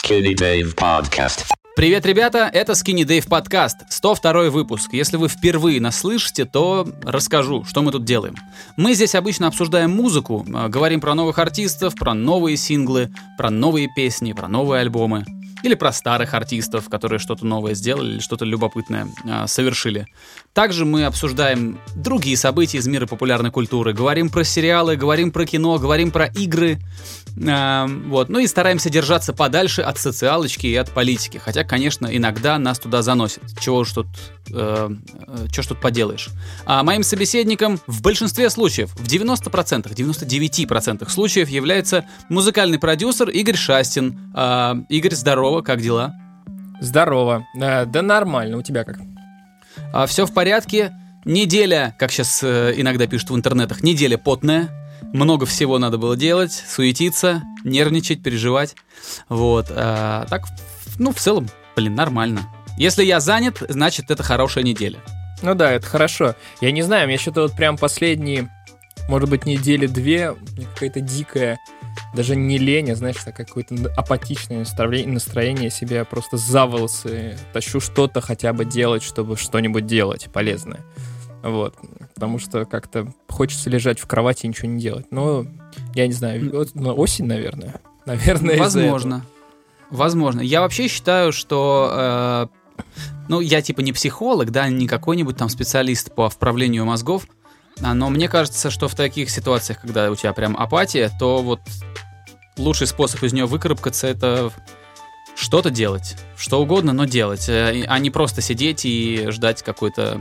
Skinny Dave Podcast. Привет, ребята, это Skinny Dave Podcast, 102 выпуск. Если вы впервые нас слышите, то расскажу, что мы тут делаем. Мы здесь обычно обсуждаем музыку, говорим про новых артистов, про новые синглы, про новые песни, про новые альбомы. Или про старых артистов, которые что-то новое сделали или что-то любопытное совершили. Также мы обсуждаем другие события из мира популярной культуры. Говорим про сериалы, говорим про кино, говорим про игры. Ну и стараемся держаться подальше от социалочки и от политики. Хотя, конечно, иногда нас туда заносит. Чего ж тут поделаешь. А моим собеседником в большинстве случаев, в 90%, 99% случаев является музыкальный продюсер Игорь Шастин. Игорь, здорово, как дела? Здорово. Да нормально. У тебя как? Все в порядке. Неделя, как сейчас иногда пишут в интернетах, неделя потная. Много всего надо было делать, суетиться, нервничать, переживать. Вот. Так, в целом, нормально. Если я занят, значит, это хорошая неделя. Ну да, это хорошо. Я не знаю, мне что-то вот прям последние, может быть, недели-две, какая-то дикая, даже не лень, а, знаешь, какое-то апатичное настроение себя просто за волосы тащу что-то хотя бы делать, чтобы что-нибудь делать полезное. Вот, потому что как-то хочется лежать в кровати и ничего не делать. Но, я не знаю, осень, наверное. Наверное, Возможно. Я вообще считаю, что... я типа не психолог, да, не какой-нибудь там специалист по вправлению мозгов, но мне кажется, что в таких ситуациях, когда у тебя прям апатия, то вот лучший способ из нее выкарабкаться — это что-то делать, что угодно, но делать, а не просто сидеть и ждать какой-то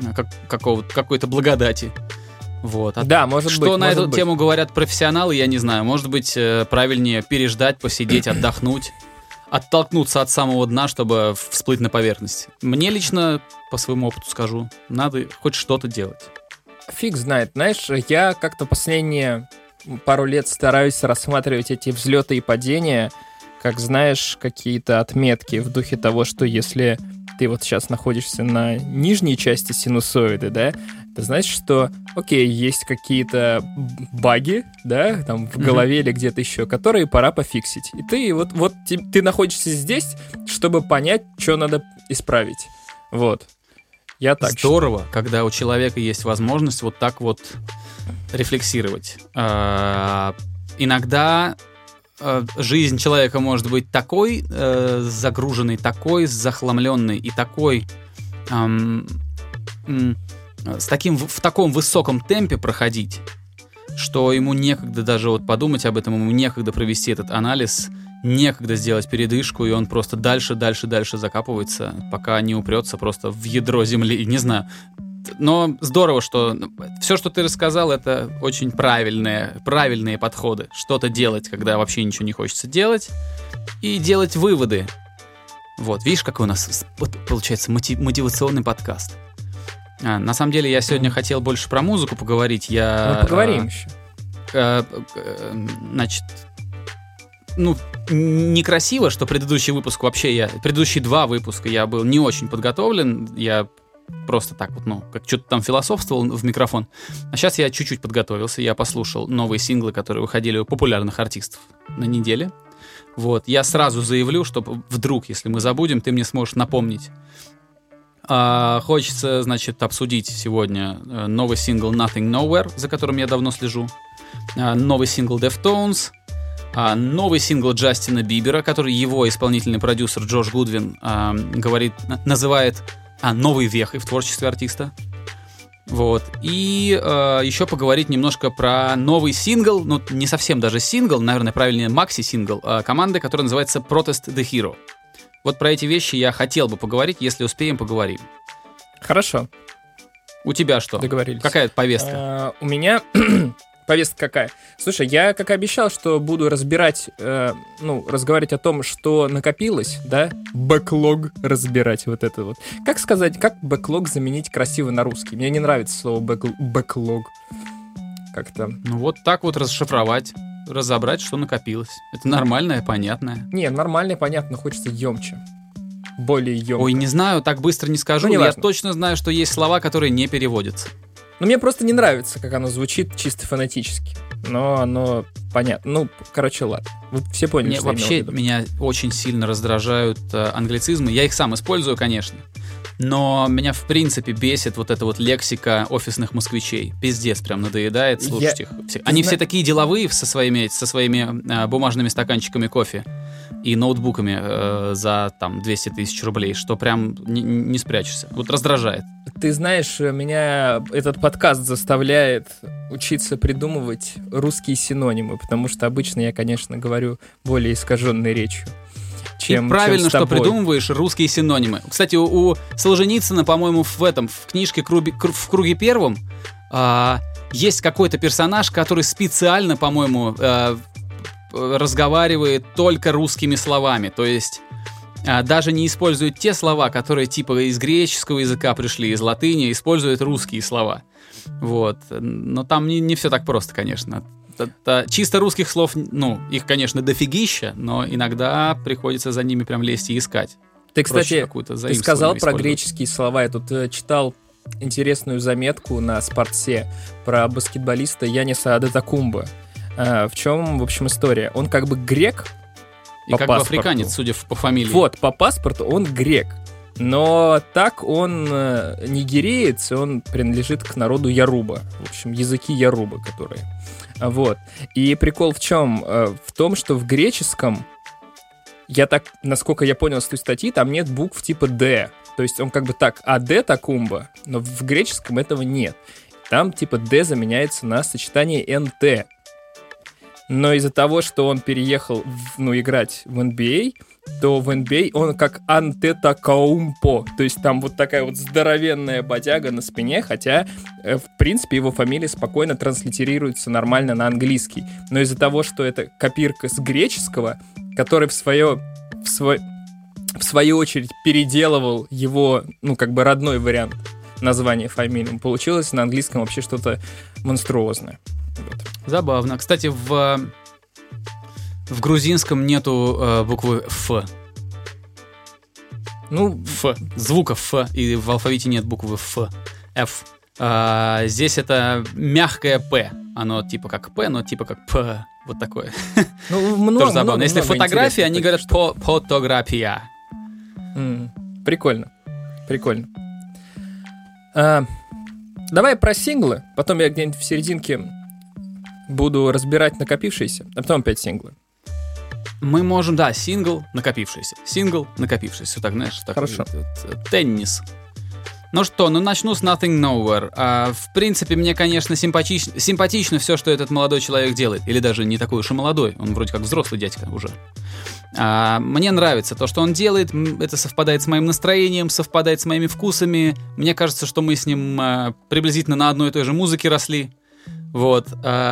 благодати. Вот. Да, может быть. Что на эту тему говорят профессионалы, я не знаю. Может быть, правильнее переждать, посидеть, отдохнуть, оттолкнуться от самого дна, чтобы всплыть на поверхность. Мне лично, по своему опыту скажу, надо хоть что-то делать. Фиг знает. Знаешь, я как-то последние пару лет стараюсь рассматривать эти взлеты и падения, как, знаешь, какие-то отметки в духе того, что если ты вот сейчас находишься на нижней части синусоиды, да, это значит, что, окей, есть какие-то баги, да, там в голове или где-то еще, которые пора пофиксить. И ты ты находишься здесь, чтобы понять, что надо исправить. Вот. Я так Здорово, когда у человека есть возможность вот так вот рефлексировать. Иногда жизнь человека может быть такой загруженной, такой захламленной и такой в таком высоком темпе проходить, что ему некогда даже вот подумать об этом, ему некогда провести этот анализ, некогда сделать передышку, и он просто дальше закапывается, пока не упрется просто в ядро земли. Не знаю. Но здорово, что все, что ты рассказал, это очень правильные подходы. Что-то делать, когда вообще ничего не хочется делать, и делать выводы. Вот, видишь, какой у нас получается мотивационный подкаст. На самом деле, я сегодня хотел больше про музыку поговорить. Поговорим еще. Значит, некрасиво, что предыдущий выпуск вообще предыдущие 2 выпуска я был не очень подготовлен. Я просто так вот, как что-то там философствовал в микрофон. А сейчас я чуть-чуть подготовился. Я послушал новые синглы, которые выходили у популярных артистов на неделе. Вот. Я сразу заявлю, что вдруг, если мы забудем, ты мне сможешь напомнить. Хочется, значит, обсудить сегодня новый сингл Nothing Nowhere, за которым я давно слежу. Новый сингл Deftones. Новый сингл Джастина Бибера, который его исполнительный продюсер Джош Гудвин называет новой вехой в творчестве артиста. Вот. И еще поговорить немножко про новый сингл, не совсем даже сингл, наверное, правильнее макси-сингл, команды, которая называется Protest the Hero. Вот про эти вещи я хотел бы поговорить, если успеем, поговорим. Хорошо. У тебя что? Договорились. Какая повестка? У меня... Повестка какая? Слушай, я, как и обещал, что буду разговаривать о том, что накопилось, да? Бэклог разбирать вот это вот. Как сказать, как бэклог заменить красиво на русский? Мне не нравится слово бэклог. Как-то... вот так вот расшифровать, разобрать, что накопилось. Это нормальное, понятное. Не, нормальное, понятно, хочется емче. Более емко. Ой, не знаю, так быстро не скажу, но я точно знаю, что есть слова, которые не переводятся. Но мне просто не нравится, как оно звучит чисто фонетически. Но оно понятно. Ну, короче, ладно. Вы все поняли, что вообще меня очень сильно раздражают англицизмы. Я их сам использую, конечно. Но меня, в принципе, бесит вот эта вот лексика офисных москвичей. Пиздец, прям надоедает слушать их. Они все такие деловые со своими бумажными стаканчиками кофе и ноутбуками за там 200 тысяч рублей, что прям не спрячешься. Вот раздражает. Ты знаешь, меня этот подкаст заставляет учиться придумывать русские синонимы, потому что обычно я, конечно, говорю более искаженной речью. И правильно, что придумываешь русские синонимы. Кстати, у Солженицына, по-моему, в книжке «В круге первом» есть какой-то персонаж, который специально, по-моему, разговаривает только русскими словами. То есть даже не использует те слова, которые типа из греческого языка пришли, из латыни, использует русские слова. Вот. Но там не все так просто, конечно. Чисто русских слов, ну, их, конечно, дофигища, но иногда приходится за ними прям лезть и искать. Ты, кстати, ты сказал про греческие слова. Я тут читал интересную заметку на Спортсе про баскетболиста Яниса Адетокумбо. В чем, в общем, история? Он как бы грек и как бы африканец, судя по фамилии. Вот, по паспорту он грек. Но так он нигериец, он принадлежит к народу Яруба. В общем, языки Ярубы, которые... Вот. И прикол в чем? В том, что в греческом, насколько я понял с той статьи, там нет букв типа «Д». То есть он как бы так «Адетокумбо», но в греческом этого нет. Там типа «Д» заменяется на сочетание «НТ». Но из-за того, что он переехал играть в NBA, то в NBA он как Антетокоумпо. То есть там вот такая вот здоровенная бодяга на спине, хотя, в принципе, его фамилия спокойно транслитерируется нормально на английский. Но из-за того, что это копирка с греческого, который в свою очередь переделывал его, как бы родной вариант названия фамилии, получилось на английском вообще что-то монструозное. Вот. Забавно. Кстати, в грузинском нету буквы «Ф». «Ф». Звука «Ф». И в алфавите нет буквы «Ф». «Ф». Здесь это мягкое «П». Оно типа как «П», но типа как «П». Вот такое. Тоже забавно. Если фотография, они говорят «фотография». Прикольно. Давай про синглы. Потом я где-нибудь в серединке буду разбирать накопившиеся, а потом опять синглы. Мы можем, сингл, накопившийся. Вот так, знаешь, так. Хорошо. Теннис. Ну что, начну с Nothing Nowhere. В принципе, мне, конечно, симпатично все, что этот молодой человек делает. Или даже не такой уж и молодой. Он вроде как взрослый дядька уже. Мне нравится то, что он делает. Это совпадает с моим настроением, совпадает с моими вкусами. Мне кажется, что мы с ним приблизительно на одной и той же музыке росли. Вот.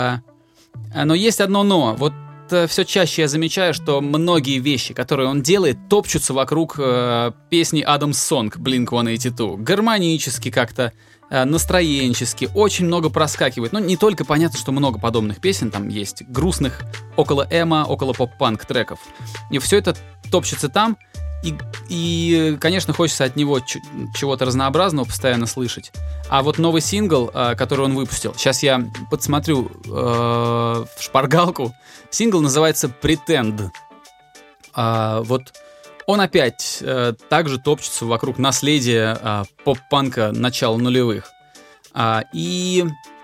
Но есть одно но. Вот все чаще я замечаю, что многие вещи, которые он делает, топчутся вокруг песни Adam's Song Blink-182. Гармонически как-то, настроенчески, очень много проскакивает. Не только понятно, что много подобных песен там есть, грустных, около эмо, около поп-панк треков. И все это топчется там, и, конечно, хочется от него чего-то разнообразного постоянно слышать. А вот новый сингл, который он выпустил, сейчас я подсмотрю в шпаргалку. Сингл называется «Pretend». Вот он опять также топчется вокруг наследия поп-панка начала нулевых. И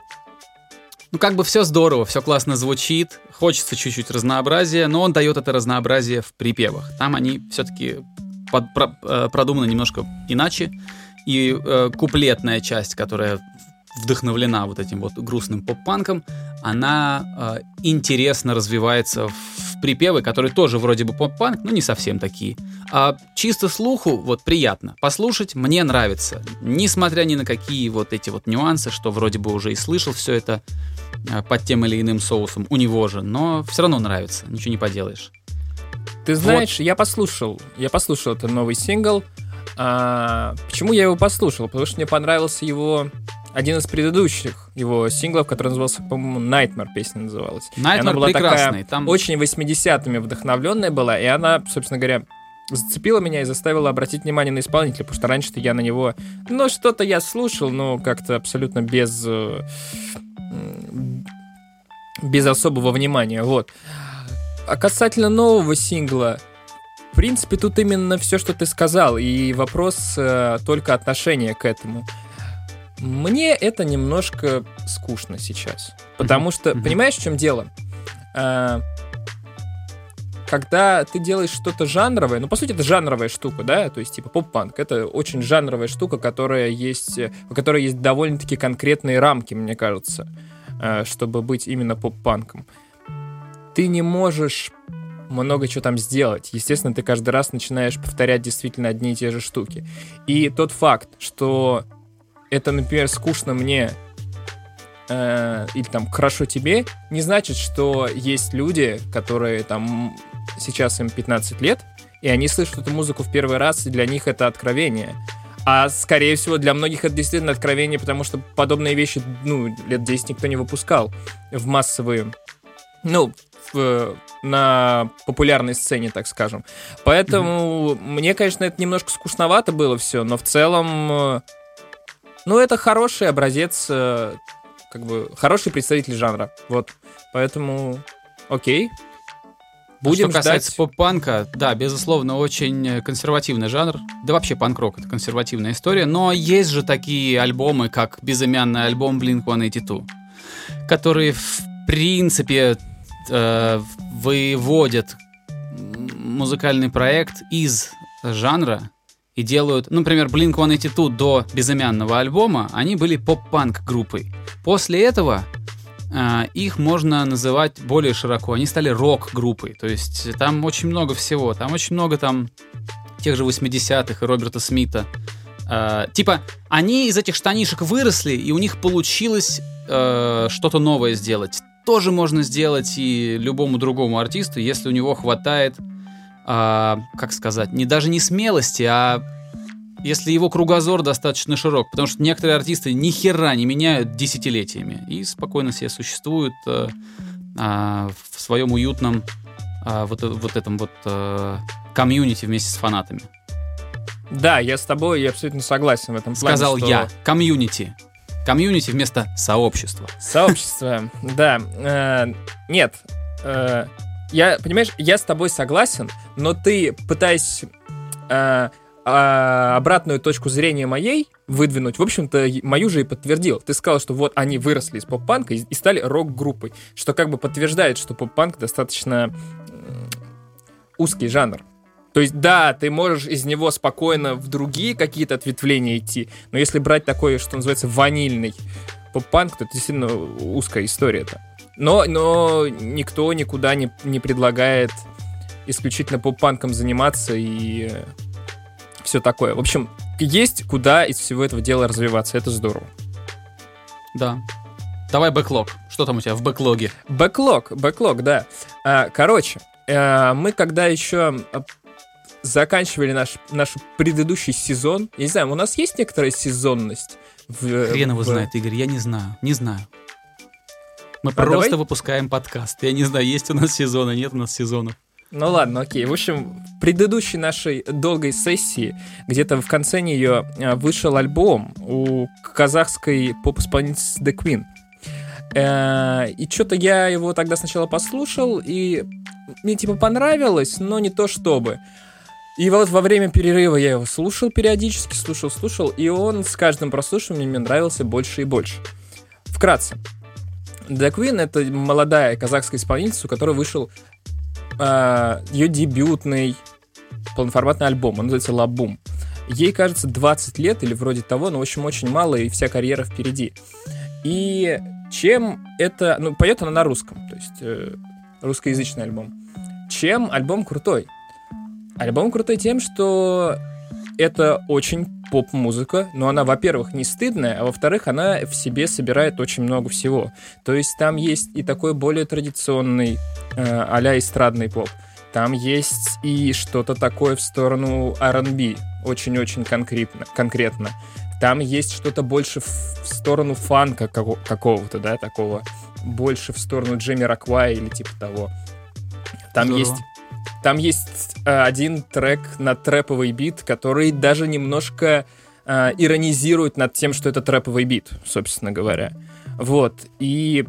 как бы все здорово, все классно звучит, хочется чуть-чуть разнообразия, но он дает это разнообразие в припевах. Там они все-таки продуманы немножко иначе, и куплетная часть, которая вдохновлена вот этим вот грустным поп-панком, она интересно развивается в припевы, которые тоже вроде бы поп-панк, но не совсем такие. А чисто слуху вот приятно послушать, мне нравится, несмотря ни на какие вот эти вот нюансы, что вроде бы уже и слышал все это под тем или иным соусом у него же, но все равно нравится, ничего не поделаешь. Ты знаешь, вот. Я послушал этот новый сингл. Почему я его послушал? Потому что мне понравился один из предыдущих его синглов, который назывался, по-моему, Nightmare, песня называлась. Nightmare она была прекрасный. Такая, там... очень 80-ми вдохновленная была, и она, собственно говоря, зацепило меня и заставило обратить внимание на исполнителя, потому что раньше-то я на него, что-то я слушал, но как-то абсолютно без особого внимания, вот. А касательно нового сингла, в принципе, тут именно все, что ты сказал, и вопрос только отношения к этому. Мне это немножко скучно сейчас, потому что, понимаешь, в чем дело? Когда ты делаешь что-то жанровое, по сути, это жанровая штука, да, то есть, типа, поп-панк, это очень жанровая штука, у которой есть довольно-таки конкретные рамки, мне кажется, чтобы быть именно поп-панком. Ты не можешь много чего там сделать. Естественно, ты каждый раз начинаешь повторять действительно одни и те же штуки. И тот факт, что это, например, скучно мне или там хорошо тебе, не значит, что есть люди, которые там сейчас им 15 лет, и они слышат эту музыку в первый раз, и для них это откровение. А, скорее всего, для многих это действительно откровение, потому что подобные вещи, лет 10 никто не выпускал в массовые, на популярной сцене, так скажем. Поэтому мне, конечно, это немножко скучновато было все, но в целом, это хороший образец, хороший представитель жанра. Вот. Поэтому, окей. Будем Что касается ждать. поп-панка, да, безусловно, очень консервативный жанр. Да вообще панк-рок — это консервативная история. Но есть же такие альбомы, как безымянный альбом Blink-182, которые, в принципе, выводят музыкальный проект из жанра и делают... Например, Blink-182 до безымянного альбома, они были поп-панк группой. После этого... их можно называть более широко. Они стали рок-группой. То есть там очень много всего. Там очень много тех же 80-х и Роберта Смита. Они из этих штанишек выросли, и у них получилось что-то новое сделать. Тоже можно сделать и любому другому артисту, если у него хватает, даже не смелости, а если его кругозор достаточно широк, потому что некоторые артисты ни хера не меняют десятилетиями и спокойно себе существуют в своем уютном комьюнити вместе с фанатами. Да, я с тобой абсолютно согласен в этом плане. Сказал я. Комьюнити. Комьюнити вместо сообщества. Сообщество, да. Нет. Я с тобой согласен, но ты, пытаясь обратную точку зрения моей выдвинуть, в общем-то, мою же и подтвердил. Ты сказал, что вот они выросли из поп-панка и стали рок-группой, что как бы подтверждает, что поп-панк достаточно узкий жанр. То есть, да, ты можешь из него спокойно в другие какие-то ответвления идти, но если брать такой, что называется, ванильный поп-панк, то это действительно узкая история-то. Но никто никуда не предлагает исключительно поп-панком заниматься и все такое. В общем, есть куда из всего этого дела развиваться. Это здорово. Да. Давай бэклог. Что там у тебя в бэклоге? Бэклог, да. Короче, мы когда еще заканчивали наш предыдущий сезон, я не знаю, у нас есть некоторая сезонность? Хрен его знает, Игорь, я не знаю. Мы просто выпускаем подкаст. Я не знаю, есть у нас сезоны, нет у нас сезонов. Ну ладно, окей. В общем, в предыдущей нашей долгой сессии, где-то в конце нее, вышел альбом у казахской поп-исполнительницы The Queen. И что-то я его тогда сначала послушал, и мне типа понравилось, но не то чтобы. И вот во время перерыва я его слушал периодически, слушал, и он с каждым прослушиванием мне нравился больше и больше. Вкратце. The Queen — это молодая казахская исполнительница, у которой вышел ее дебютный полноформатный альбом, он называется «Лабум». Ей, кажется, 20 лет или вроде того, но, в общем, очень мало, и вся карьера впереди. И чем это... поет она на русском, то есть русскоязычный альбом. Чем альбом крутой? Альбом крутой тем, что это очень поп-музыка, но она, во-первых, не стыдная, а во-вторых, она в себе собирает очень много всего. То есть там есть и такой более традиционный а-ля эстрадный поп. Там есть и что-то такое в сторону R&B, очень-очень конкретно. Там есть что-то больше в сторону фанка какого-то, да, такого, больше в сторону Джейми Роквай или типа того. Там Здорово. есть Там есть один трек на трэповый бит, который даже немножко иронизирует над тем, что это трэповый бит, собственно говоря. Вот. И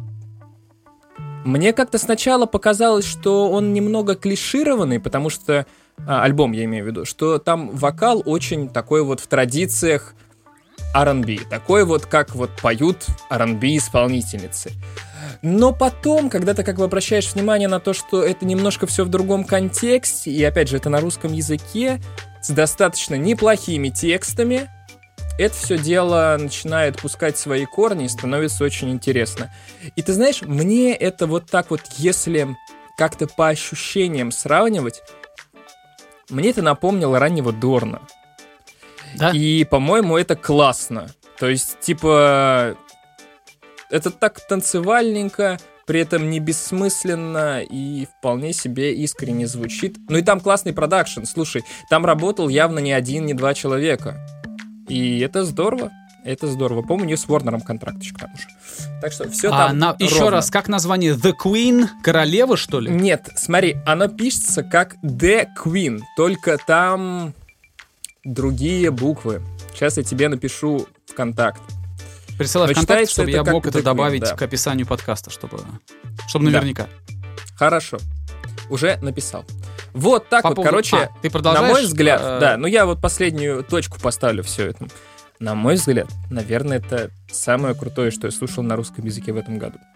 мне как-то сначала показалось, что он немного клишированный, потому что... альбом, я имею в виду, что там вокал очень такой вот в традициях R&B. Такой вот, как вот поют R&B исполнительницы. Но потом, когда ты как бы обращаешь внимание на то, что это немножко все в другом контексте, и опять же, это на русском языке, с достаточно неплохими текстами, это все дело начинает пускать свои корни и становится очень интересно. И ты знаешь, мне это вот так вот, если как-то по ощущениям сравнивать, мне это напомнило раннего Дорна. Да? И, по-моему, это классно. То есть, типа, это так танцевальненько, при этом не бессмысленно и вполне себе искренне звучит. Ну и там классный продакшн. Слушай, там работал явно не один, не два человека. И это здорово. Это здорово. По-моему, у нее с Warner'ом контракт еще к тому же. Так что все там еще ровно. раз, как название? The Queen? Королева, что ли? Нет, смотри, оно пишется как The Queen, только там другие буквы. Сейчас я тебе напишу в контакт. Присылай в контакт, чтобы я мог это The Queen, добавить да. к описанию подкаста, чтобы наверняка. Хорошо. Уже написал. Вот так По вот, поводу... короче, ты продолжаешь? на мой взгляд, да, ну я вот последнюю точку поставлю все это. На мой взгляд, наверное, это самое крутое, что я слушал на русском языке в этом году.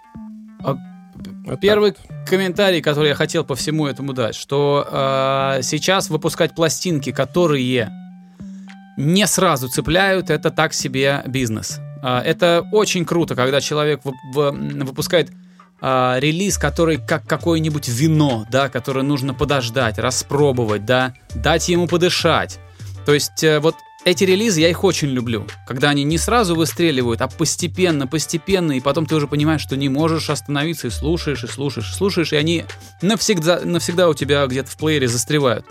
Вот Первый комментарий, который я хотел по всему этому дать, что сейчас выпускать пластинки, которые не сразу цепляют, это так себе бизнес. Это очень круто, когда человек выпускает релиз, который как какое-нибудь вино, да, которое нужно подождать, распробовать, да, дать ему подышать. То есть вот эти релизы, я их очень люблю, когда они не сразу выстреливают, а постепенно, и потом ты уже понимаешь, что не можешь остановиться, и слушаешь, и они навсегда у тебя где-то в плеере застревают.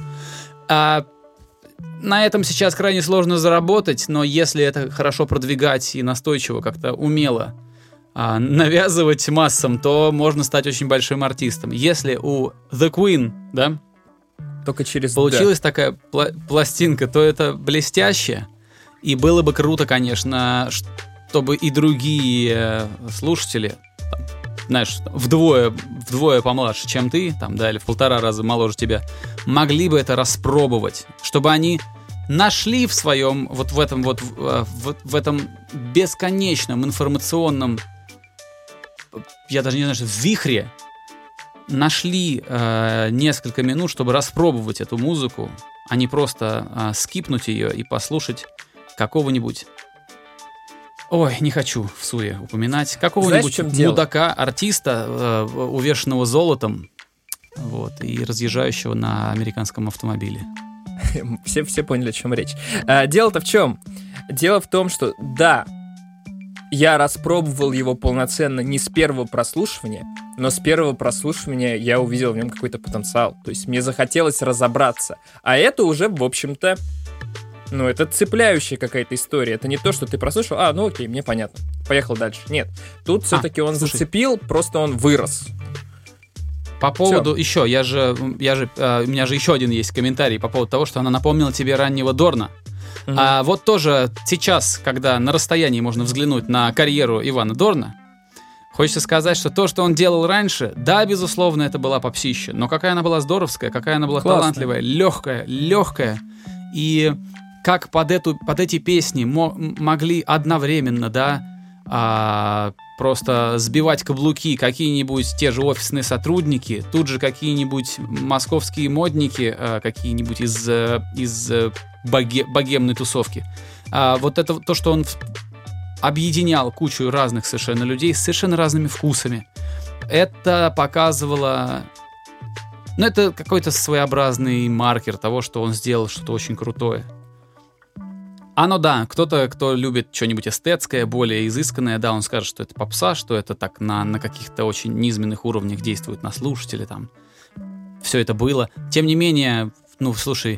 На этом сейчас крайне сложно заработать, но если это хорошо продвигать и настойчиво, как-то умело навязывать массам, то можно стать очень большим артистом. Если у The Queen, да, только через получилась такая пластинка, то это блестяще. И было бы круто, конечно, чтобы и другие слушатели, там, знаешь, вдвое помладше, чем ты, там, да, или в 1,5 раза моложе тебя, могли бы это распробовать, чтобы они нашли в своем вот в этом бесконечном информационном, я даже не знаю, что в вихре, нашли несколько минут, чтобы распробовать эту музыку, а не просто скипнуть ее и послушать какого-нибудь... Ой, не хочу в суе упоминать. Какого-нибудь мудака, артиста, увешанного золотом, вот, и разъезжающего на американском автомобиле. Все поняли, о чем речь. Дело-то в чем? Дело в том, что да, я распробовал его полноценно не с первого прослушивания, но с первого прослушивания я увидел в нем какой-то потенциал. То есть мне захотелось разобраться. А это уже, в общем-то, ну, это цепляющая какая-то история. Это не то, что ты прослушал, ну окей, мне понятно, поехал дальше. Нет, тут все-таки он зацепил, просто он вырос. По поводу еще, у меня же еще один есть комментарий по поводу того, что она напомнила тебе раннего Дорна. Вот тоже сейчас, когда на расстоянии можно взглянуть на карьеру Ивана Дорна, хочется сказать, что то, что он делал раньше, да, безусловно, это была попсища, но какая она была здоровская, какая она была талантливая, легкая, и как под эти песни могли одновременно, да, просто сбивать каблуки какие-нибудь те же офисные сотрудники, тут же какие-нибудь московские модники, какие-нибудь из богемной тусовки. Вот это то, что он объединял кучу разных совершенно людей с совершенно разными вкусами. Это показывало... Ну, это какой-то своеобразный маркер того, что он сделал что-то очень крутое. Да, кто-то, кто любит что-нибудь эстетское, более изысканное, да, он скажет, что это попса, что это так на каких-то очень низменных уровнях действует на слушателя, там. Все это было. Тем не менее, слушай...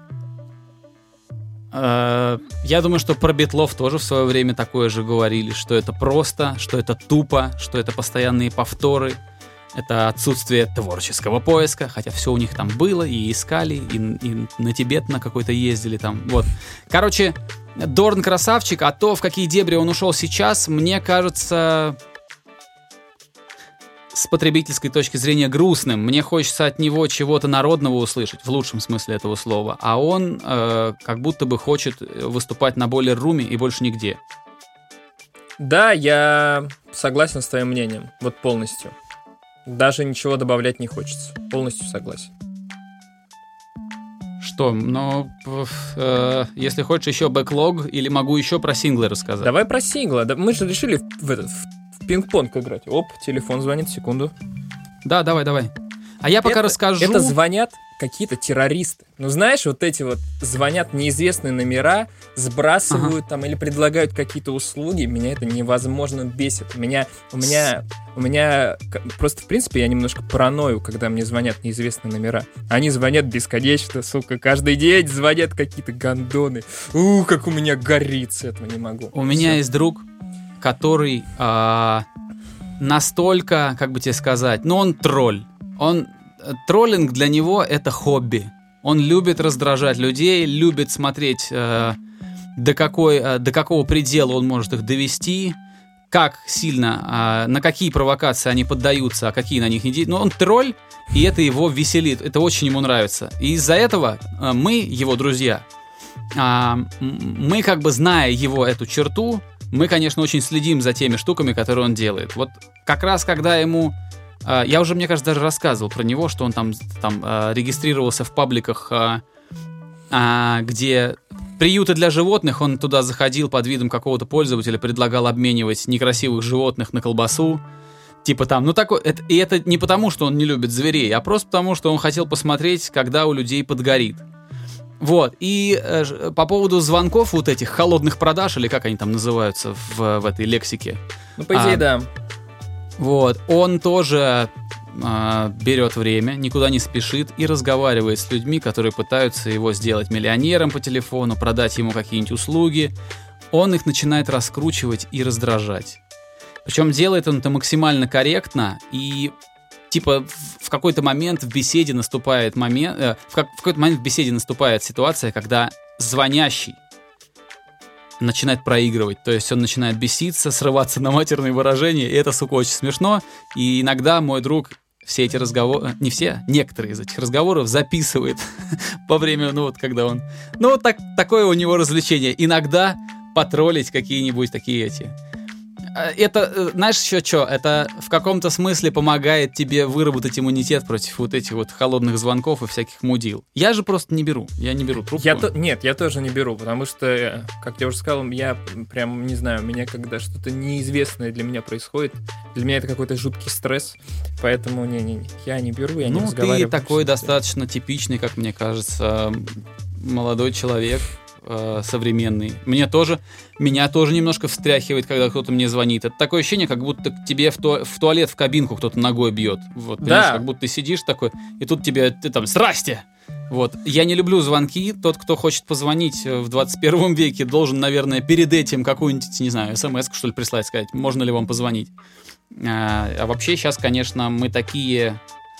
Я думаю, что про Битлов тоже в свое время такое же говорили, что это просто, что это тупо, что это постоянные повторы. это отсутствие творческого поиска, хотя все у них там было, и искали, и на Тибет на какой-то ездили там, вот. Короче, Дорн красавчик, а то, в какие дебри он ушел сейчас, мне кажется, с потребительской точки зрения грустным. Мне хочется от него чего-то народного услышать, в лучшем смысле этого слова, а он как будто бы хочет выступать на Boiler Room и больше нигде. Да, я согласен с твоим мнением, вот полностью. Даже ничего добавлять не хочется. Полностью согласен. Что, ну, если хочешь еще бэклог, или могу еще про синглы рассказать? Давай про синглы. Да, мы же решили в пинг-понг играть. Оп, телефон звонит, секунду. Да, давай. А я пока расскажу... Это звонят какие-то террористы. Ну, знаешь, вот эти вот звонят неизвестные номера, сбрасывают там или предлагают какие-то услуги. Меня это невозможно бесит. У меня просто, в принципе, я немножко параною, когда мне звонят неизвестные номера. Они звонят бесконечно, сука. Каждый день звонят какие-то гондоны. Как у меня горит, с этого не могу. У меня есть друг, который настолько, как бы тебе сказать, он тролль. Троллинг для него — это хобби. Он любит раздражать людей, любит смотреть, до какого предела он может их довести, как сильно, на какие провокации они поддаются, а какие на них не действуют. Но он тролль, и это его веселит, это очень ему нравится. И из-за этого мы, его друзья, мы как бы, зная его эту черту, мы, конечно, очень следим за теми штуками, которые он делает. Вот как раз когда ему... Я уже, мне кажется, даже рассказывал про него, что он там регистрировался в пабликах, где приюты для животных, он туда заходил под видом какого-то пользователя, предлагал обменивать некрасивых животных на колбасу. Типа там, и это не потому, что он не любит зверей, а просто потому, что он хотел посмотреть, когда у людей подгорит. Вот, и по поводу звонков вот этих холодных продаж, или как они там называются в этой лексике. Ну, по идее, да. Вот, он тоже берет время, никуда не спешит и разговаривает с людьми, которые пытаются его сделать миллионером по телефону, продать ему какие-нибудь услуги. Он их начинает раскручивать и раздражать. Причем делает он это максимально корректно, и типа в какой-то момент в беседе наступает ситуация, когда звонящий начинает проигрывать, то есть он начинает беситься, срываться на матерные выражения, и это, сука, очень смешно, и иногда мой друг все эти разговоры, не все, некоторые из этих разговоров записывает во время, когда он... такое у него развлечение, иногда потроллить какие-нибудь такие эти... Это, знаешь, еще что? Это в каком-то смысле помогает тебе выработать иммунитет против вот этих вот холодных звонков и всяких мудил. Я же просто не беру. Я не беру трубку. Нет, я тоже не беру, потому что, как я уже сказал, я прям не знаю, меня когда что-то неизвестное для меня происходит, для меня это какой-то жуткий стресс, поэтому я не беру, я не разговариваю. Ну, ты такой достаточно типичный, как мне кажется, молодой человек. Современный. Меня тоже немножко встряхивает, когда кто-то мне звонит. Это такое ощущение, как будто к тебе в туалет, в кабинку кто-то ногой бьет. Вот, да. Как будто ты сидишь такой, и тут ты там, здрасте! Вот. Я не люблю звонки. Тот, кто хочет позвонить в 21 веке, должен, наверное, перед этим какую-нибудь, не знаю, смс-ку, что ли, прислать, сказать, можно ли вам позвонить. А вообще сейчас, конечно, мы такие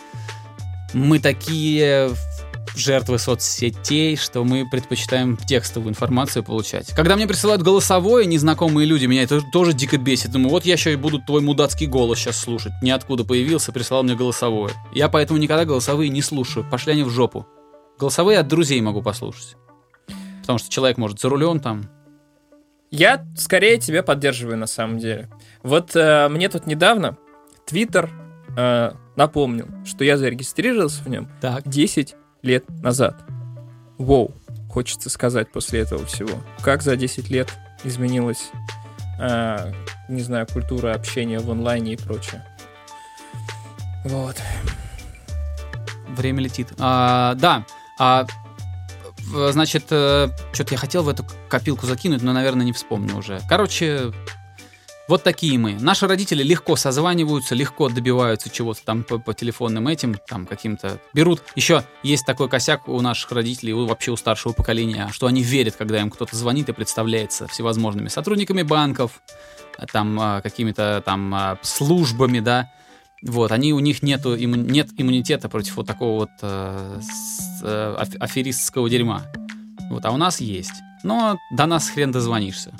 жертвы соцсетей, что мы предпочитаем текстовую информацию получать. Когда мне присылают голосовое незнакомые люди, меня это тоже дико бесит. Думаю, вот я еще и буду твой мудацкий голос сейчас слушать. Ниоткуда появился, прислал мне голосовое. Я поэтому никогда голосовые не слушаю. Пошли они в жопу. Голосовые от друзей могу послушать. Потому что человек может за рулем там. Я скорее тебя поддерживаю на самом деле. Вот мне тут недавно Twitter напомнил, что я зарегистрировался в нем 10 лет назад. Воу, хочется сказать после этого всего. Как за 10 лет изменилась, не знаю, культура общения в онлайне и прочее. Вот. Время летит. Значит, что-то я хотел в эту копилку закинуть, но, наверное, не вспомню уже. Короче, вот такие мы. Наши родители легко созваниваются, легко добиваются чего-то там по телефонным этим, там каким-то берут. Еще есть такой косяк у наших родителей, вообще у старшего поколения, что они верят, когда им кто-то звонит и представляется всевозможными сотрудниками банков, там какими-то там службами, да. Вот, у них нет иммунитета против вот такого вот аферистского дерьма. Вот, а у нас есть. Но до нас хрен дозвонишься.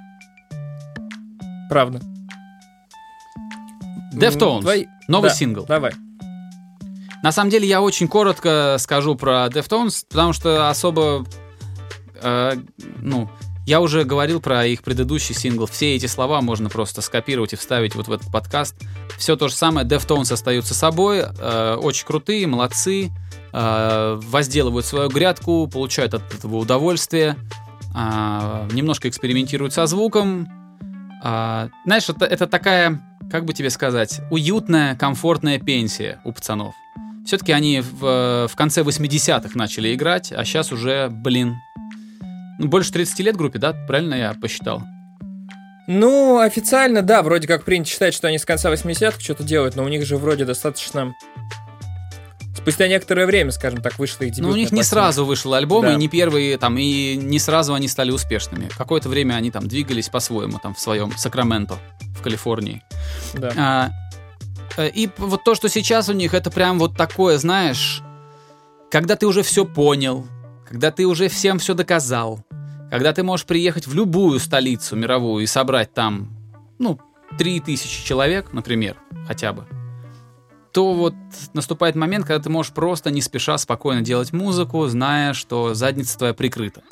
Правда. Deftones. Новый Да, сингл. Давай. На самом деле я очень коротко скажу про Deftones, потому что особо... я уже говорил про их предыдущий сингл. Все эти слова можно просто скопировать и вставить вот в этот подкаст. Все то же самое. Deftones остаются собой. Очень крутые, молодцы. Возделывают свою грядку, получают от этого удовольствие. Немножко экспериментируют со звуком. Знаешь, это такая, как бы тебе сказать, уютная, комфортная пенсия у пацанов. Все-таки они в конце 80-х начали играть, а сейчас уже, больше 30 лет группе, да? Правильно я посчитал? Ну, официально, да, вроде как принято считать, что они с конца 80-х что-то делают, но у них же вроде достаточно... Спустя некоторое время, скажем так, вышла их дебютная Ну, у них не пластинка. сразу вышел альбом, Да. и не первые, и не сразу они стали успешными. Какое-то время они там двигались по-своему, в своем Сакраменто, в Калифорнии. Да. И вот то, что сейчас у них, это прям вот такое, знаешь, когда ты уже все понял, когда ты уже всем все доказал, когда ты можешь приехать в любую столицу мировую и собрать там, 3000 человек, например, хотя бы, то вот наступает момент, когда ты можешь просто не спеша спокойно делать музыку, зная, что задница твоя прикрыта.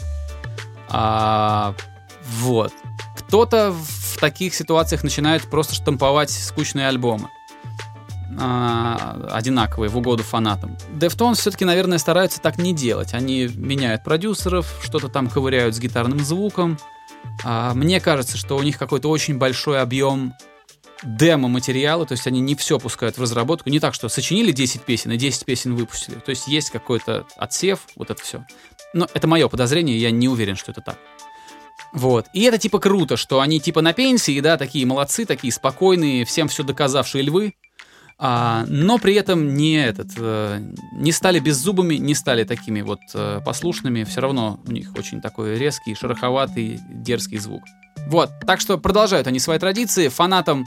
Вот. Кто-то в таких ситуациях начинает просто штамповать скучные альбомы. Одинаковые, в угоду фанатам. Deftones все-таки, наверное, стараются так не делать. Они меняют продюсеров, что-то там ковыряют с гитарным звуком. Мне кажется, что у них какой-то очень большой объем демо-материала, то есть они не все пускают в разработку. Не так, что сочинили 10 песен и 10 песен выпустили. То есть есть какой-то отсев, вот это все. Но это мое подозрение, я не уверен, что это так. Вот. И это типа круто, что они типа на пенсии, да, такие молодцы, такие спокойные, всем все доказавшие львы. Но при этом не стали беззубыми, не стали такими вот послушными. Все равно у них очень такой резкий, шероховатый, дерзкий звук. Вот, так что продолжают они свои традиции. Фанатам,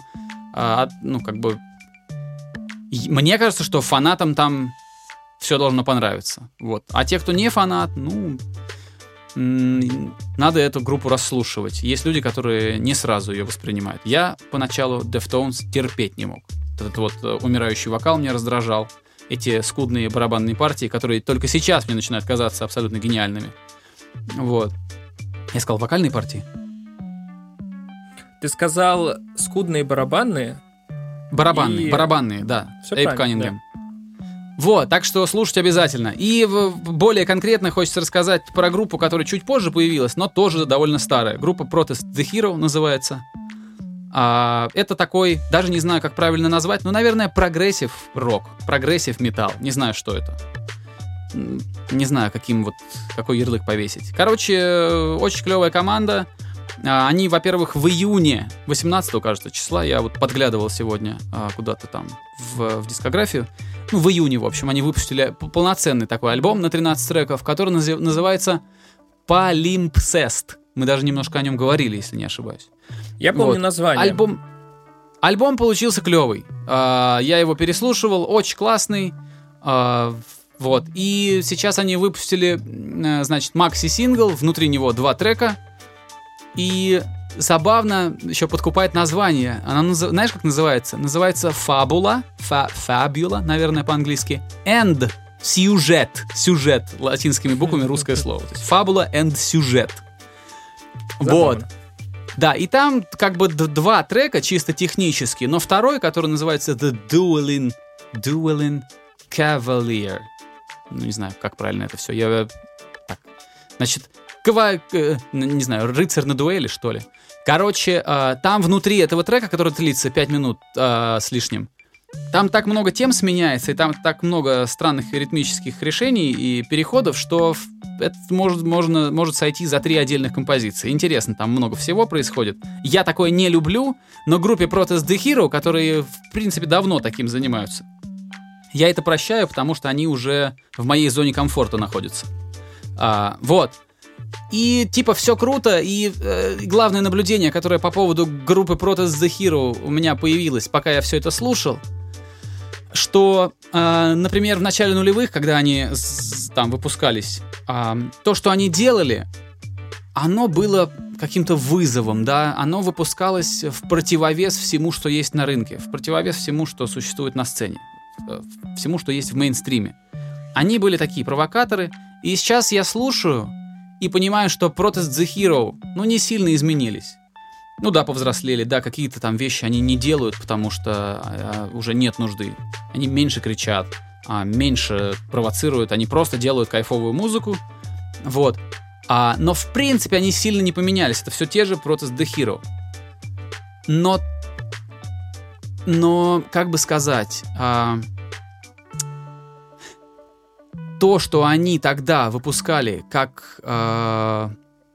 мне кажется, что фанатам там все должно понравиться. Вот. А те, кто не фанат, надо эту группу расслушивать. Есть люди, которые не сразу ее воспринимают. Я поначалу Deftones терпеть не мог. Этот вот умирающий вокал меня раздражал. Эти скудные барабанные партии, которые только сейчас мне начинают казаться абсолютно гениальными. Вот. Я сказал вокальные партии? Ты сказал скудные барабанные? Барабанные, да. Всё Эйп правильно, Каннингем. Вот, так что слушать обязательно. И более конкретно хочется рассказать про группу, которая чуть позже появилась, но тоже довольно старая. Группа Protest the Hero называется. Это такой, даже не знаю, как правильно назвать, но, наверное, прогрессив рок, прогрессив металл. Не знаю, что это. Не знаю, какой ярлык повесить. Короче, очень клевая команда. Они, во-первых, в июне 18, кажется, числа, я вот подглядывал сегодня куда-то там в дискографию. В июне, в общем, они выпустили полноценный такой альбом на 13 треков, который называется Palimpsest. Мы даже немножко о нем говорили, если не ошибаюсь. Я помню название. Альбом получился клевый. Я его переслушивал, очень классный. Вот. И сейчас они выпустили, значит, макси-сингл, внутри него 2 трека. И забавно еще подкупает название. Она, знаешь, как называется? Называется Fabula, наверное, по-английски. And сюжет. Сюжет. Латинскими буквами русское слово. То есть Fabula and сюжет. Вот. Да, и там как бы 2 трека чисто технически, но второй, который называется The Dueling Cavalier. Не знаю, как правильно это все. Значит, не знаю, рыцарь на дуэли, что ли. Короче, там внутри этого трека, который длится 5 минут с лишним, там так много тем сменяется, и там так много странных ритмических решений и переходов, что это может сойти за 3 отдельных композиции. Интересно, там много всего происходит. Я такое не люблю, но группе Protest the Hero, которые, в принципе, давно таким занимаются, я это прощаю, потому что они уже в моей зоне комфорта находятся. Вот. И типа все круто, и главное наблюдение, которое по поводу группы Protest the Hero у меня появилось, пока я все это слушал, что, например, в начале нулевых, когда они там выпускались, то, что они делали, оно было каким-то вызовом, да, оно выпускалось в противовес всему, что есть на рынке, в противовес всему, что существует на сцене, всему, что есть в мейнстриме. Они были такие провокаторы, и сейчас я слушаю и понимаю, что Protest the Hero, не сильно изменились. Да, повзрослели, да, какие-то там вещи они не делают, потому что уже нет нужды. Они меньше кричат, меньше провоцируют, они просто делают кайфовую музыку, вот. Но в принципе они сильно не поменялись, это все те же Protest the Hero. Но как бы сказать, то, что они тогда выпускали то,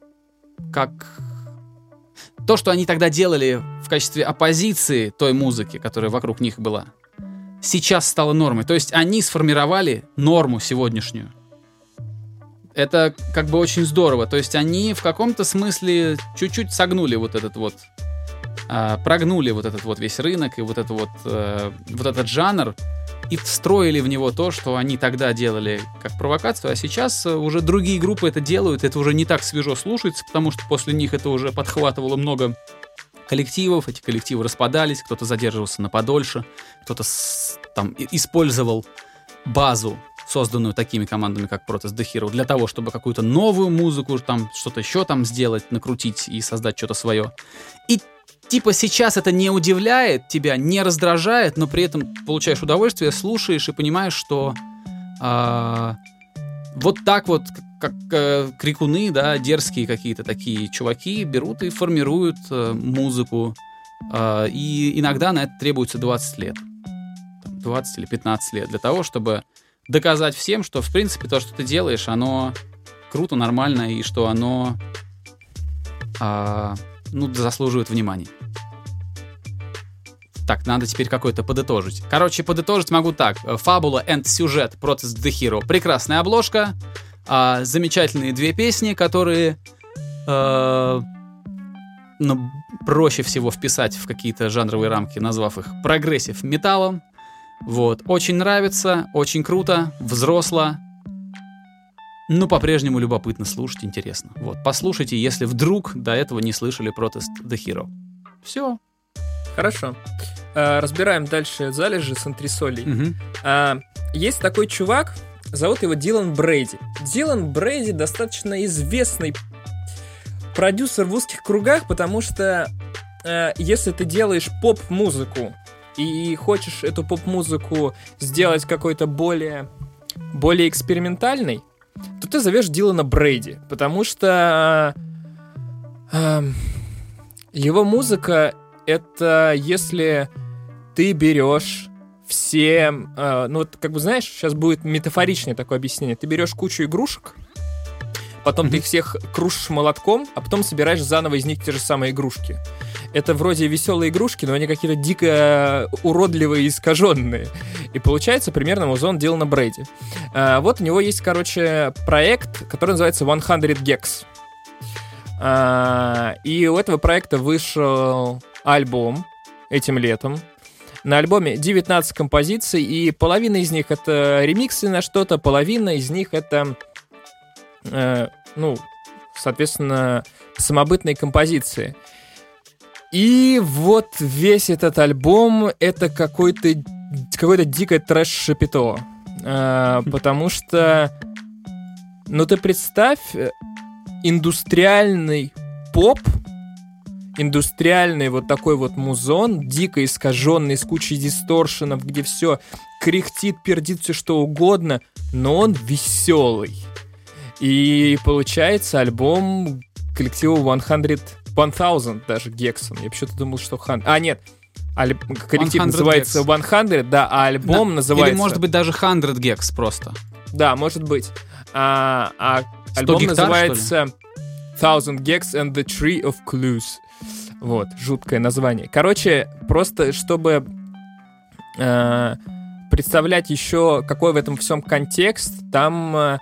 что они тогда делали в качестве оппозиции той музыки, которая вокруг них была, сейчас стало нормой. То есть они сформировали норму сегодняшнюю. Это как бы очень здорово. То есть они в каком-то смысле чуть-чуть согнули прогнули весь рынок и этот жанр, и встроили в него то, что они тогда делали как провокацию, а сейчас уже другие группы это делают, это уже не так свежо слушается, потому что после них это уже подхватывало много коллективов, эти коллективы распадались, кто-то задерживался на подольше, кто-то там использовал базу, созданную такими командами, как Protest the Hero, для того, чтобы какую-то новую музыку, там что-то еще там сделать, накрутить и создать что-то свое. И типа сейчас это не удивляет тебя, не раздражает, но при этом получаешь удовольствие, слушаешь и понимаешь, что вот так вот, как крикуны, да, дерзкие какие-то такие чуваки берут и формируют музыку. И иногда на это требуется 20 лет. 20 или 15 лет для того, чтобы доказать всем, что, в принципе, то, что ты делаешь, оно круто, нормально, и что оно заслуживает внимания. Так, надо теперь какой-то подытожить. Короче, подытожить могу так. Фабула and сюжет Protest the Hero. Прекрасная обложка. Замечательные две песни, которые проще всего вписать в какие-то жанровые рамки, назвав их прогрессив металлом. Вот. Очень нравится, очень круто, взросло. По-прежнему любопытно слушать, интересно. Вот. Послушайте, если вдруг до этого не слышали Protest the Hero. Все. Хорошо. Разбираем дальше залежи с антресолей. Угу. Есть такой чувак, зовут его Дилан Брейди. Дилан Брейди достаточно известный продюсер в узких кругах, потому что если ты делаешь поп-музыку и хочешь эту поп-музыку сделать какой-то более экспериментальной, то ты зовешь Дилана Брейди, потому что его музыка — это если ты берешь все... знаешь, сейчас будет метафоричное такое объяснение. Ты берешь кучу игрушек, потом ты их всех крушишь молотком, а потом собираешь заново из них те же самые игрушки. Это вроде веселые игрушки, но они какие-то дико уродливые и искаженные. И получается примерно музон Дилана Брейди. Вот у него есть, проект, который называется 100 Gex. И у этого проекта вышел альбом этим летом. На альбоме 19 композиций, и половина из них это ремиксы на что-то, половина из них это, соответственно, самобытные композиции. И вот весь этот альбом это какое-то дикое трэш-шапито. Потому что, ты представь, индустриальный поп, индустриальный вот такой вот музон, дико искаженный, с кучей дисторшенов, где все кряхтит, пердит, все что угодно, но он веселый. И получается альбом коллектива 1000 даже Гексон. Я почему-то думал, что... нет, коллектив называется 100, да, а альбом называется... Или, может быть, даже 100 Gex просто. Да, может быть. Альбом гектар, называется 1000 Gex and the Tree of Clues. Вот, жуткое название. Короче, просто чтобы представлять еще, какой в этом всем контекст, там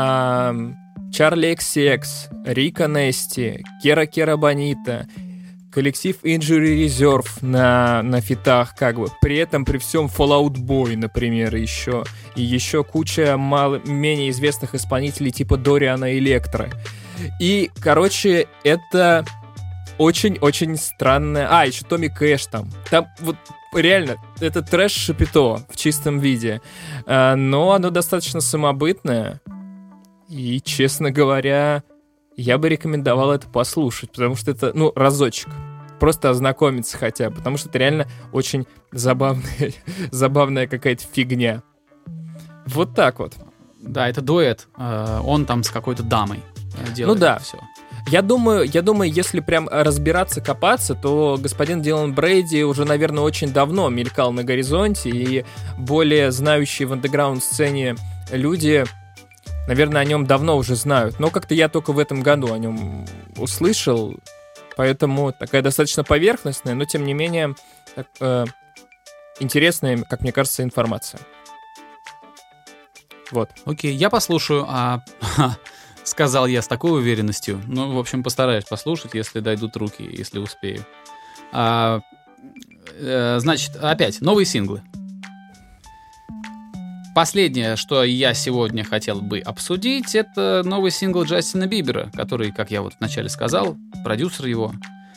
Чарли XX, Рика Нести, Кера Бонита, коллектив Injury Reserve на фитах, как бы. При этом, при всем Fall Out Boy, например, еще. И еще куча менее известных исполнителей типа Дориана Электры. И, короче, это очень-очень странное... еще Томми Кэш там. Там вот реально, это трэш-шапито в чистом виде. Но оно достаточно самобытное. И, честно говоря, я бы рекомендовал это послушать, потому что это, разочек. Просто ознакомиться хотя бы, потому что это реально очень забавная какая-то фигня. Вот так вот. Да, это дуэт. Он там с какой-то дамой делает все. Я думаю, если прям разбираться, копаться, то господин Дилан Брейди уже, наверное, очень давно мелькал на горизонте, и более знающие в андеграунд-сцене люди, наверное, о нем давно уже знают. Но как-то я только в этом году о нем услышал, поэтому такая достаточно поверхностная, но, тем не менее, интересная, как мне кажется, информация. Вот. Окей, я послушаю, сказал я с такой уверенностью. В общем, постараюсь послушать, если дойдут руки, если успею. Значит, опять, новые синглы. Последнее, что я сегодня хотел бы обсудить, это новый сингл Джастина Бибера, который, как я вот вначале сказал, продюсер его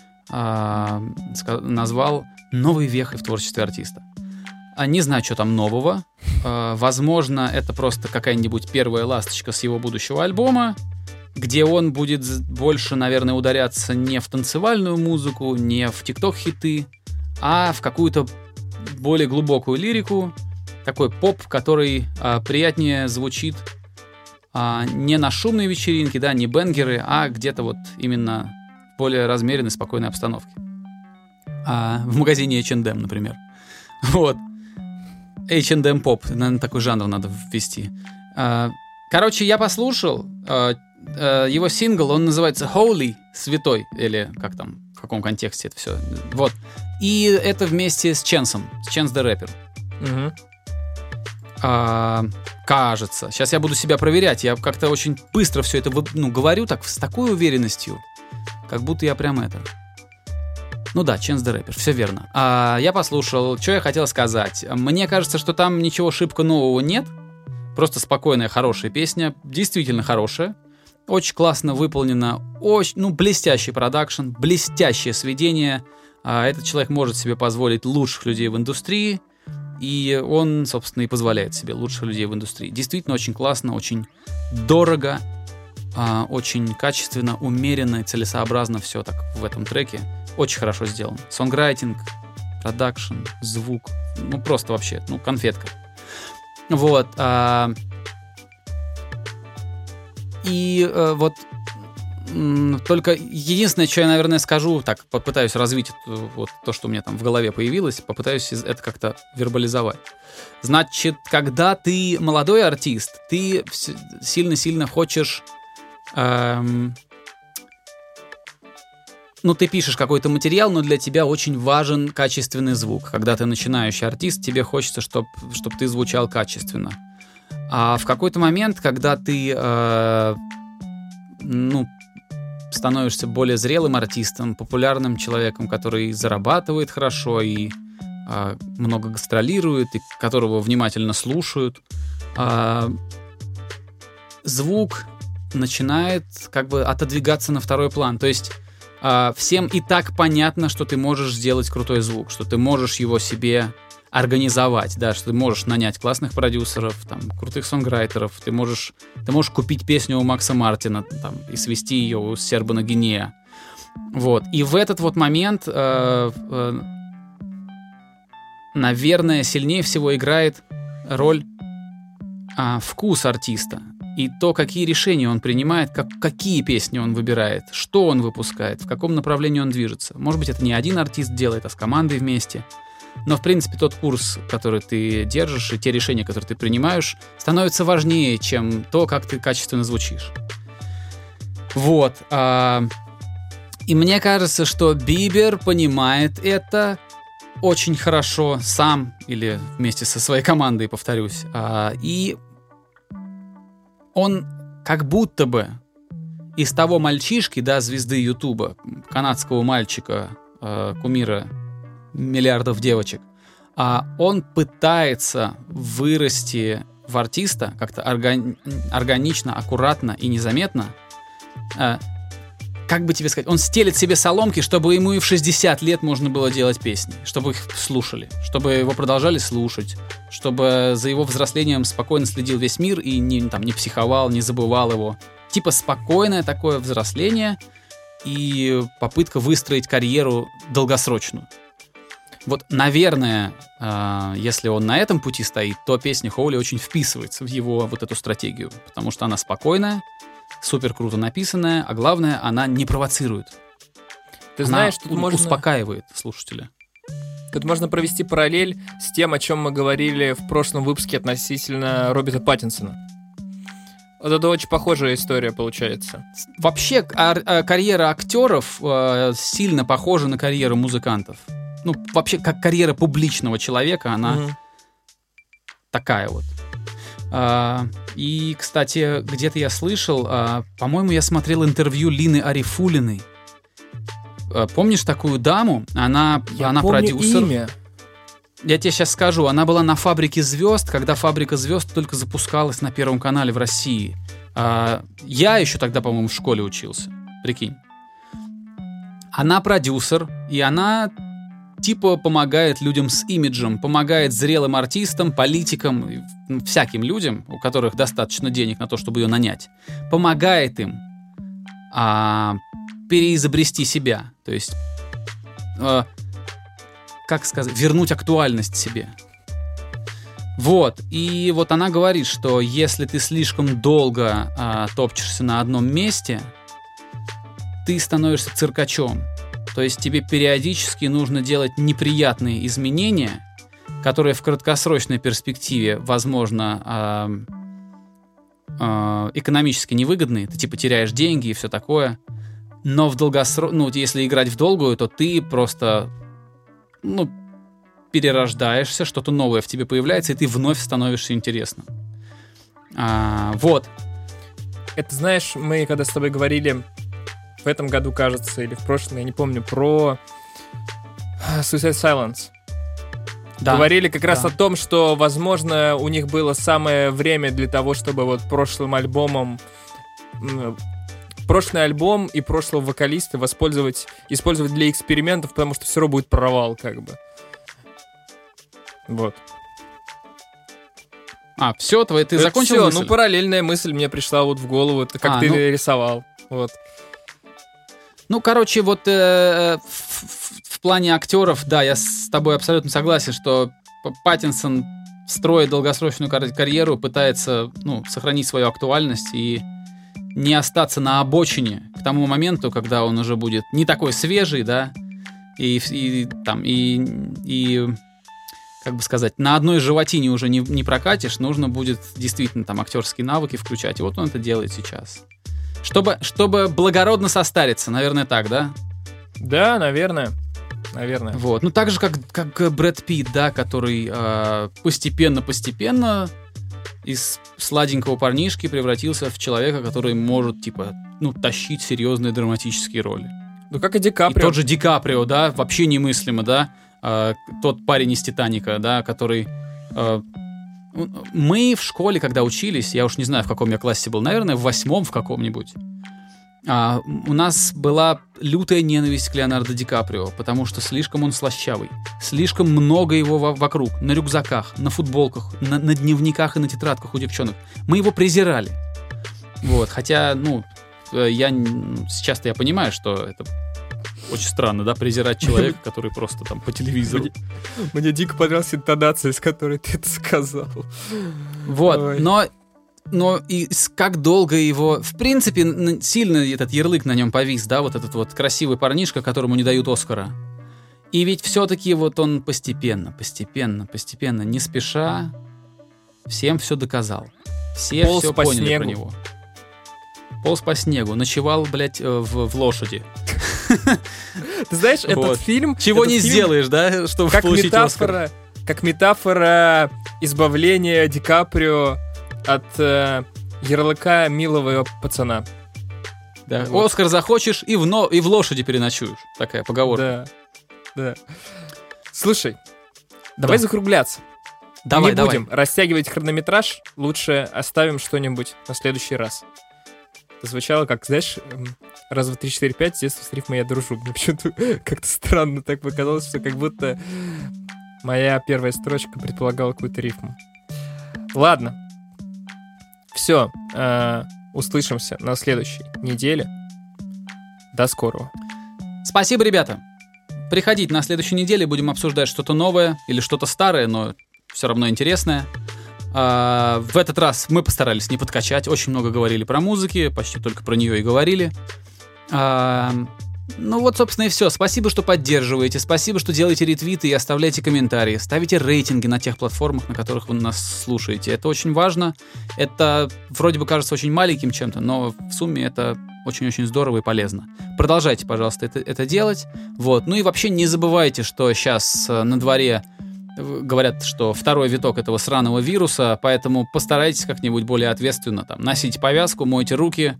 назвал «Новой вехой в творчестве артиста». Не знаю, что там нового. Возможно, это просто какая-нибудь первая ласточка с его будущего альбома, где он будет больше, наверное, ударяться не в танцевальную музыку, не в тикток-хиты, а в какую-то более глубокую лирику. Такой поп, который приятнее звучит не на шумной вечеринке, да, не бенгеры, а где-то вот именно в более размеренной, спокойной обстановке. В магазине H&M, например. Вот. H&M поп, наверное, такой жанр надо ввести. Короче, я послушал его сингл, он называется Holy, святой, или как там, в каком контексте это все. Вот. И это вместе с Chance the Rapper. Кажется. Сейчас я буду себя проверять. Я как-то очень быстро все это говорю так, с такой уверенностью, как будто я прям это... Chance the Rapper, все верно. Я послушал, что я хотел сказать. Мне кажется, что там ничего шибко нового нет. Просто спокойная, хорошая песня. Действительно хорошая. Очень классно выполнена. Очень, блестящий продакшн, блестящее сведение. Этот человек может себе позволить лучших людей в индустрии. И он, собственно, и позволяет себе лучших людей в индустрии. Действительно очень классно, очень дорого, очень качественно, умеренно и целесообразно все так в этом треке. Очень хорошо сделано. Сонграйтинг, продакшн, звук. Просто вообще, конфетка. Вот. Вот только единственное, что я, наверное, скажу, так, попытаюсь развить вот то, что у меня там в голове появилось, попытаюсь это как-то вербализовать. Значит, когда ты молодой артист, ты сильно-сильно хочешь... ты пишешь какой-то материал, но для тебя очень важен качественный звук. Когда ты начинающий артист, тебе хочется, чтобы ты звучал качественно. А в какой-то момент, когда ты становишься более зрелым артистом, популярным человеком, который зарабатывает хорошо и много гастролирует, и которого внимательно слушают, звук начинает как бы отодвигаться на второй план. То есть всем и так понятно, что ты можешь сделать крутой звук, что ты можешь его себе организовать, да, что ты можешь нанять классных продюсеров, там, крутых сонграйтеров, ты можешь купить песню у Макса Мартина там, и свести ее у Сербана Гинея. Вот. И в этот вот момент, наверное, сильнее всего играет роль вкус артиста. И то, какие решения он принимает, какие песни он выбирает, что он выпускает, в каком направлении он движется. Может быть, это не один артист делает, а с командой вместе. Но, в принципе, тот курс, который ты держишь, и те решения, которые ты принимаешь, становятся важнее, чем то, как ты качественно звучишь. Вот. И мне кажется, что Бибер понимает это очень хорошо сам или вместе со своей командой, повторюсь. И он как будто бы из того мальчишки, да, звезды Ютуба, канадского мальчика, кумира миллиардов девочек, он пытается вырасти в артиста как-то органично, аккуратно и незаметно. Как бы тебе сказать, он стелит себе соломки, чтобы ему и в 60 лет можно было делать песни, чтобы их слушали, чтобы его продолжали слушать, чтобы за его взрослением спокойно следил весь мир и не психовал, не забывал его. Типа спокойное такое взросление и попытка выстроить карьеру долгосрочную. Вот, наверное, если он на этом пути стоит, то песня Хоули очень вписывается в его вот эту стратегию, потому что она спокойная, супер круто написанная, а главное, она не провоцирует. Ты знаешь, тут успокаивает слушателя. Тут можно провести параллель с тем, о чем мы говорили в прошлом выпуске относительно Роберта Паттинсона. Вот это очень похожая история получается. Вообще, карьера актеров сильно похожа на карьеру музыкантов. Ну, вообще, как карьера публичного человека, она такая вот. И, кстати, где-то я слышал, по-моему, я смотрел интервью Лины Арифулиной. Помнишь такую даму? Она продюсер. Имя. Я тебе сейчас скажу. Она была на «Фабрике звезд», когда «Фабрика звезд» только запускалась на Первом канале в России. Я еще тогда, по-моему, в школе учился. Прикинь. Она продюсер, и она типа помогает людям с имиджем, помогает зрелым артистам, политикам, всяким людям, у которых достаточно денег на то, чтобы ее нанять. Помогает им переизобрести себя. То есть, как сказать, вернуть актуальность себе. Вот. И вот она говорит, что если ты слишком долго топчешься на одном месте, ты становишься циркачом. То есть тебе периодически нужно делать неприятные изменения, которые в краткосрочной перспективе, возможно, экономически невыгодные. Ты типа теряешь деньги и все такое. Но в если играть в долгую, то ты просто перерождаешься, что-то новое в тебе появляется, и ты вновь становишься интересным. Вот. Это, знаешь, мы когда с тобой говорили в этом году, кажется, или в прошлом, я не помню, про Suicide Silence. Да, говорили как раз о том, что, возможно, у них было самое время для того, чтобы вот прошлый альбом и прошлого вокалиста использовать для экспериментов, потому что все равно будет провал, как бы. Вот. Все, ты закончил все, мысль? Параллельная мысль мне пришла вот в голову, это как ты рисовал. Вот. Короче, вот в плане актеров, да, я с тобой абсолютно согласен, что Паттинсон строит долгосрочную карьеру, пытается, сохранить свою актуальность и не остаться на обочине к тому моменту, когда он уже будет не такой свежий, да, и как бы сказать, на одной животине уже не прокатишь, нужно будет действительно там актерские навыки включать, и вот он это делает сейчас. Чтобы благородно состариться, наверное, так, да? Да, наверное. Вот, так же, как Брэд Питт, да, который постепенно из сладенького парнишки превратился в человека, который может, тащить серьезные драматические роли. Как и Ди Каприо. И тот же Ди Каприо, да, вообще немыслимо, да, тот парень из «Титаника», да, который... Мы в школе, когда учились, я уж не знаю, в каком я классе был, наверное, в 8-м в каком-нибудь, у нас была лютая ненависть к Леонардо Ди Каприо, потому что слишком он слащавый, слишком много его вокруг, на рюкзаках, на футболках, на дневниках и на тетрадках у девчонок. Мы его презирали. Вот, хотя, сейчас-то я понимаю, что это очень странно, да, презирать человека, который просто там по телевизору. Мне дико понравилась интонация, с которой ты это сказал. Вот, но и как долго его... В принципе, сильно этот ярлык на нем повис, да, вот этот вот красивый парнишка, которому не дают Оскара. И ведь все-таки вот он постепенно, не спеша, всем все доказал. Все поняли про него. Полз по снегу, ночевал, блядь, в лошади. Ты знаешь, этот фильм... Чего не сделаешь, да, чтобы получить Оскар. Как метафора избавления Ди Каприо от ярлыка милого пацана. Да. Вот. Оскар захочешь и в лошади переночуешь. Такая поговорка. Да. Да. Слушай, давай закругляться. Давай. Не будем растягивать хронометраж, лучше оставим что-нибудь на следующий раз. Это звучало как, знаешь, раз, два, три, четыре, пять, с детства с рифмой я дружу. Мне почему-то как-то странно так показалось, что как будто моя первая строчка предполагала какую-то рифму. Ладно. Все. Услышимся на следующей неделе. До скорого. Спасибо, ребята. Приходите на следующей неделе, будем обсуждать что-то новое или что-то старое, но все равно интересное. В этот раз мы постарались не подкачать. Очень много говорили про музыки, почти только про нее и говорили. Ну вот, собственно, и все. Спасибо, что поддерживаете. Спасибо, что делаете ретвиты и оставляете комментарии. Ставите рейтинги на тех платформах, на которых вы нас слушаете. Это очень важно. Это вроде бы кажется очень маленьким чем-то, но в сумме это очень-очень здорово и полезно. Продолжайте, пожалуйста, это делать. Вот. Ну и вообще не забывайте, что сейчас на дворе говорят, что второй виток этого сраного вируса, поэтому постарайтесь как-нибудь более ответственно там носить повязку, мойте руки,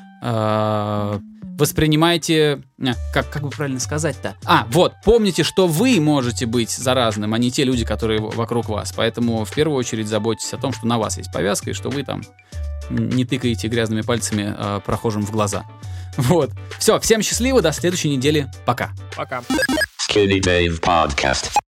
воспринимайте... Как бы правильно сказать-то? Вот, помните, что вы можете быть заразным, а не те люди, которые вокруг вас. Поэтому в первую очередь заботьтесь о том, что на вас есть повязка, и что вы там не тыкаете грязными пальцами прохожим в глаза. Вот. Все, всем счастливо, до следующей недели. Пока. Пока. Skinny Dave Podcast.